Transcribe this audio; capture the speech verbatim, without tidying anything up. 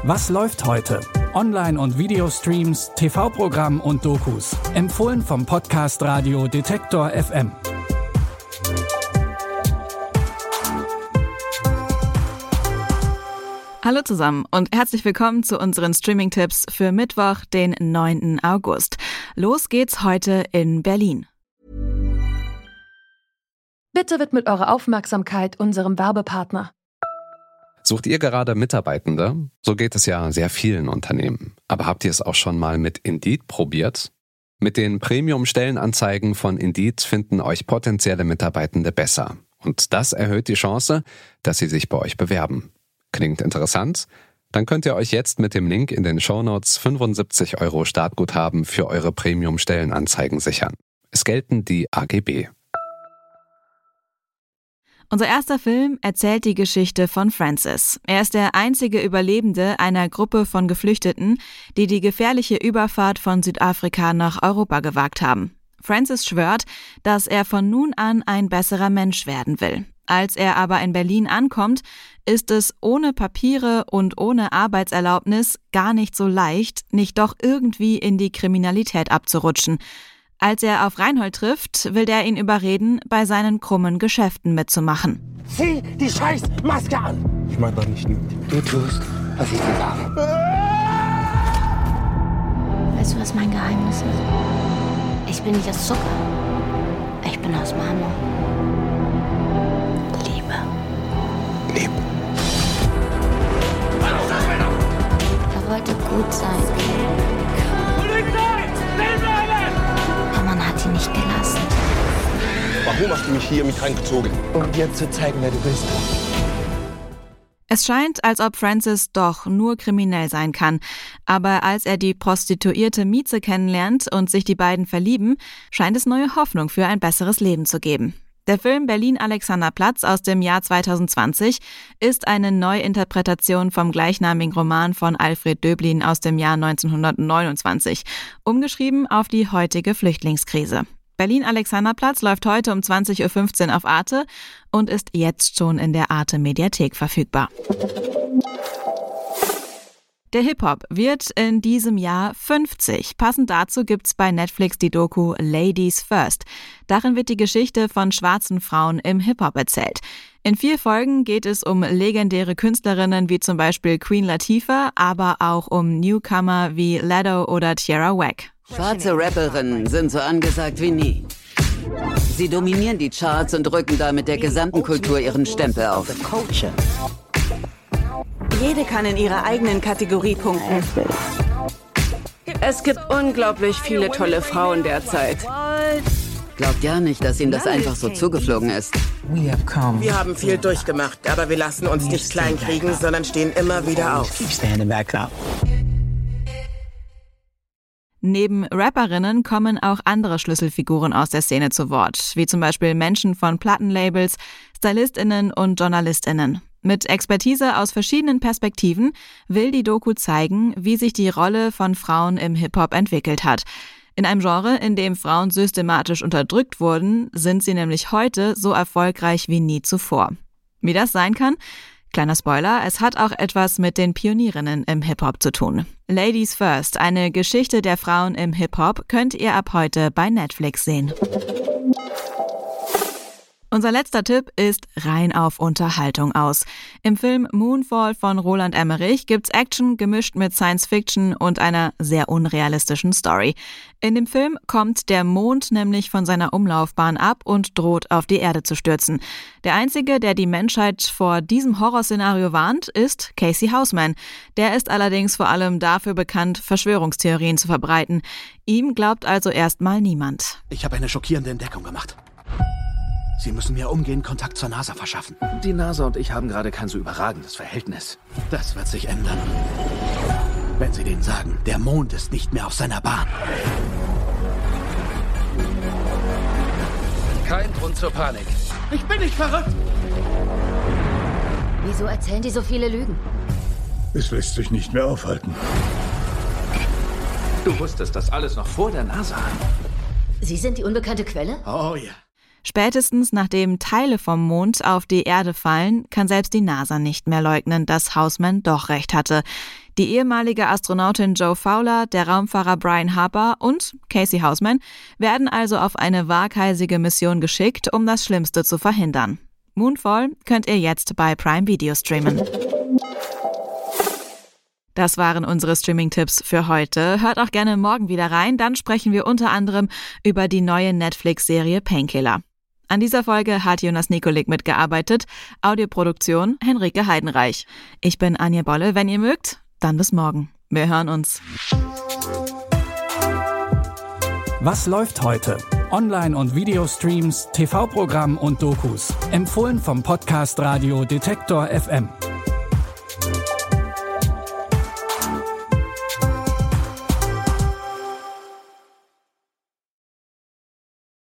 Was läuft heute? Online- und Videostreams, T V-Programm und Dokus. Empfohlen vom Podcast Radio Detektor F M. Hallo zusammen und herzlich willkommen zu unseren Streaming-Tipps für Mittwoch, den neunten August. Los geht's heute in Berlin. Bitte widmet eure Aufmerksamkeit unserem Werbepartner. Sucht ihr gerade Mitarbeitende? So geht es ja sehr vielen Unternehmen. Aber habt ihr es auch schon mal mit Indeed probiert? Mit den Premium-Stellenanzeigen von Indeed finden euch potenzielle Mitarbeitende besser. Und das erhöht die Chance, dass sie sich bei euch bewerben. Klingt interessant? Dann könnt ihr euch jetzt mit dem Link in den Shownotes fünfundsiebzig Euro Startguthaben für eure Premium-Stellenanzeigen sichern. Es gelten die A G B. Unser erster Film erzählt die Geschichte von Francis. Er ist der einzige Überlebende einer Gruppe von Geflüchteten, die die gefährliche Überfahrt von Südafrika nach Europa gewagt haben. Francis schwört, dass er von nun an ein besserer Mensch werden will. Als er aber in Berlin ankommt, ist es ohne Papiere und ohne Arbeitserlaubnis gar nicht so leicht, nicht doch irgendwie in die Kriminalität abzurutschen. Als er auf Reinhold trifft, will der ihn überreden, bei seinen krummen Geschäften mitzumachen. Zieh die scheiß Maske an! Ich meine doch nicht nur. Du tust, was ich dir sage. Weißt du, was mein Geheimnis ist? Ich bin nicht aus Zucker. Ich bin aus Marmor. Liebe. Liebe. Er wollte gut sein. Polizei! Stehen bleiben! Aber man hat ihn nicht gelassen. Warum hast du mich hier mit reingezogen? Um dir zu zeigen, wer du bist. Es scheint, als ob Francis doch nur kriminell sein kann. Aber als er die Prostituierte Mieze kennenlernt und sich die beiden verlieben, scheint es neue Hoffnung für ein besseres Leben zu geben. Der Film Berlin-Alexanderplatz aus dem Jahr zweitausendzwanzig ist eine Neuinterpretation vom gleichnamigen Roman von Alfred Döblin aus dem Jahr neunzehnhundertneunundzwanzig, umgeschrieben auf die heutige Flüchtlingskrise. Berlin-Alexanderplatz läuft heute um zwanzig Uhr fünfzehn auf Arte und ist jetzt schon in der Arte-Mediathek verfügbar. Der Hip-Hop wird in diesem Jahr fünfzig. Passend dazu gibt's bei Netflix die Doku Ladies First. Darin wird die Geschichte von schwarzen Frauen im Hip-Hop erzählt. In vier Folgen geht es um legendäre Künstlerinnen wie zum Beispiel Queen Latifah, aber auch um Newcomer wie Laddo oder Tierra Whack. Schwarze Rapperinnen sind so angesagt wie nie. Sie dominieren die Charts und drücken damit der gesamten Kultur ihren Stempel auf. Jede kann in ihrer eigenen Kategorie punkten. Es gibt unglaublich viele tolle Frauen derzeit. Glaubt ja nicht, dass ihnen das einfach so zugeflogen ist. Wir haben viel durchgemacht, aber wir lassen uns nicht kleinkriegen, sondern stehen immer wieder auf. Neben Rapperinnen kommen auch andere Schlüsselfiguren aus der Szene zu Wort, wie zum Beispiel Menschen von Plattenlabels, StylistInnen und JournalistInnen. Mit Expertise aus verschiedenen Perspektiven will die Doku zeigen, wie sich die Rolle von Frauen im Hip-Hop entwickelt hat. In einem Genre, in dem Frauen systematisch unterdrückt wurden, sind sie nämlich heute so erfolgreich wie nie zuvor. Wie das sein kann? Kleiner Spoiler, es hat auch etwas mit den Pionierinnen im Hip-Hop zu tun. Ladies First, eine Geschichte der Frauen im Hip-Hop, könnt ihr ab heute bei Netflix sehen. Unser letzter Tipp ist rein auf Unterhaltung aus. Im Film Moonfall von Roland Emmerich gibt's Action gemischt mit Science-Fiction und einer sehr unrealistischen Story. In dem Film kommt der Mond nämlich von seiner Umlaufbahn ab und droht auf die Erde zu stürzen. Der Einzige, der die Menschheit vor diesem Horrorszenario warnt, ist Casey Houseman. Der ist allerdings vor allem dafür bekannt, Verschwörungstheorien zu verbreiten. Ihm glaubt also erstmal niemand. Ich habe eine schockierende Entdeckung gemacht. Sie müssen mir umgehend Kontakt zur NASA verschaffen. Die NASA und ich haben gerade kein so überragendes Verhältnis. Das wird sich ändern. Wenn Sie denen sagen, der Mond ist nicht mehr auf seiner Bahn. Kein Grund zur Panik. Ich bin nicht verrückt! Wieso erzählen die so viele Lügen? Es lässt sich nicht mehr aufhalten. Du wusstest das alles noch vor der NASA. Sie sind die unbekannte Quelle? Oh ja. Spätestens nachdem Teile vom Mond auf die Erde fallen, kann selbst die NASA nicht mehr leugnen, dass Houseman doch recht hatte. Die ehemalige Astronautin Jo Fowler, der Raumfahrer Brian Harper und Casey Houseman werden also auf eine waghalsige Mission geschickt, um das Schlimmste zu verhindern. Moonfall könnt ihr jetzt bei Prime Video streamen. Das waren unsere Streaming-Tipps für heute. Hört auch gerne morgen wieder rein, dann sprechen wir unter anderem über die neue Netflix-Serie Painkiller. An dieser Folge hat Jonas Nikolik mitgearbeitet, Audioproduktion Henrike Heidenreich. Ich bin Anja Bolle, wenn ihr mögt, dann bis morgen. Wir hören uns. Was läuft heute? Online- und Videostreams, T V-Programm und Dokus. Empfohlen vom Podcast Radio Detektor F M.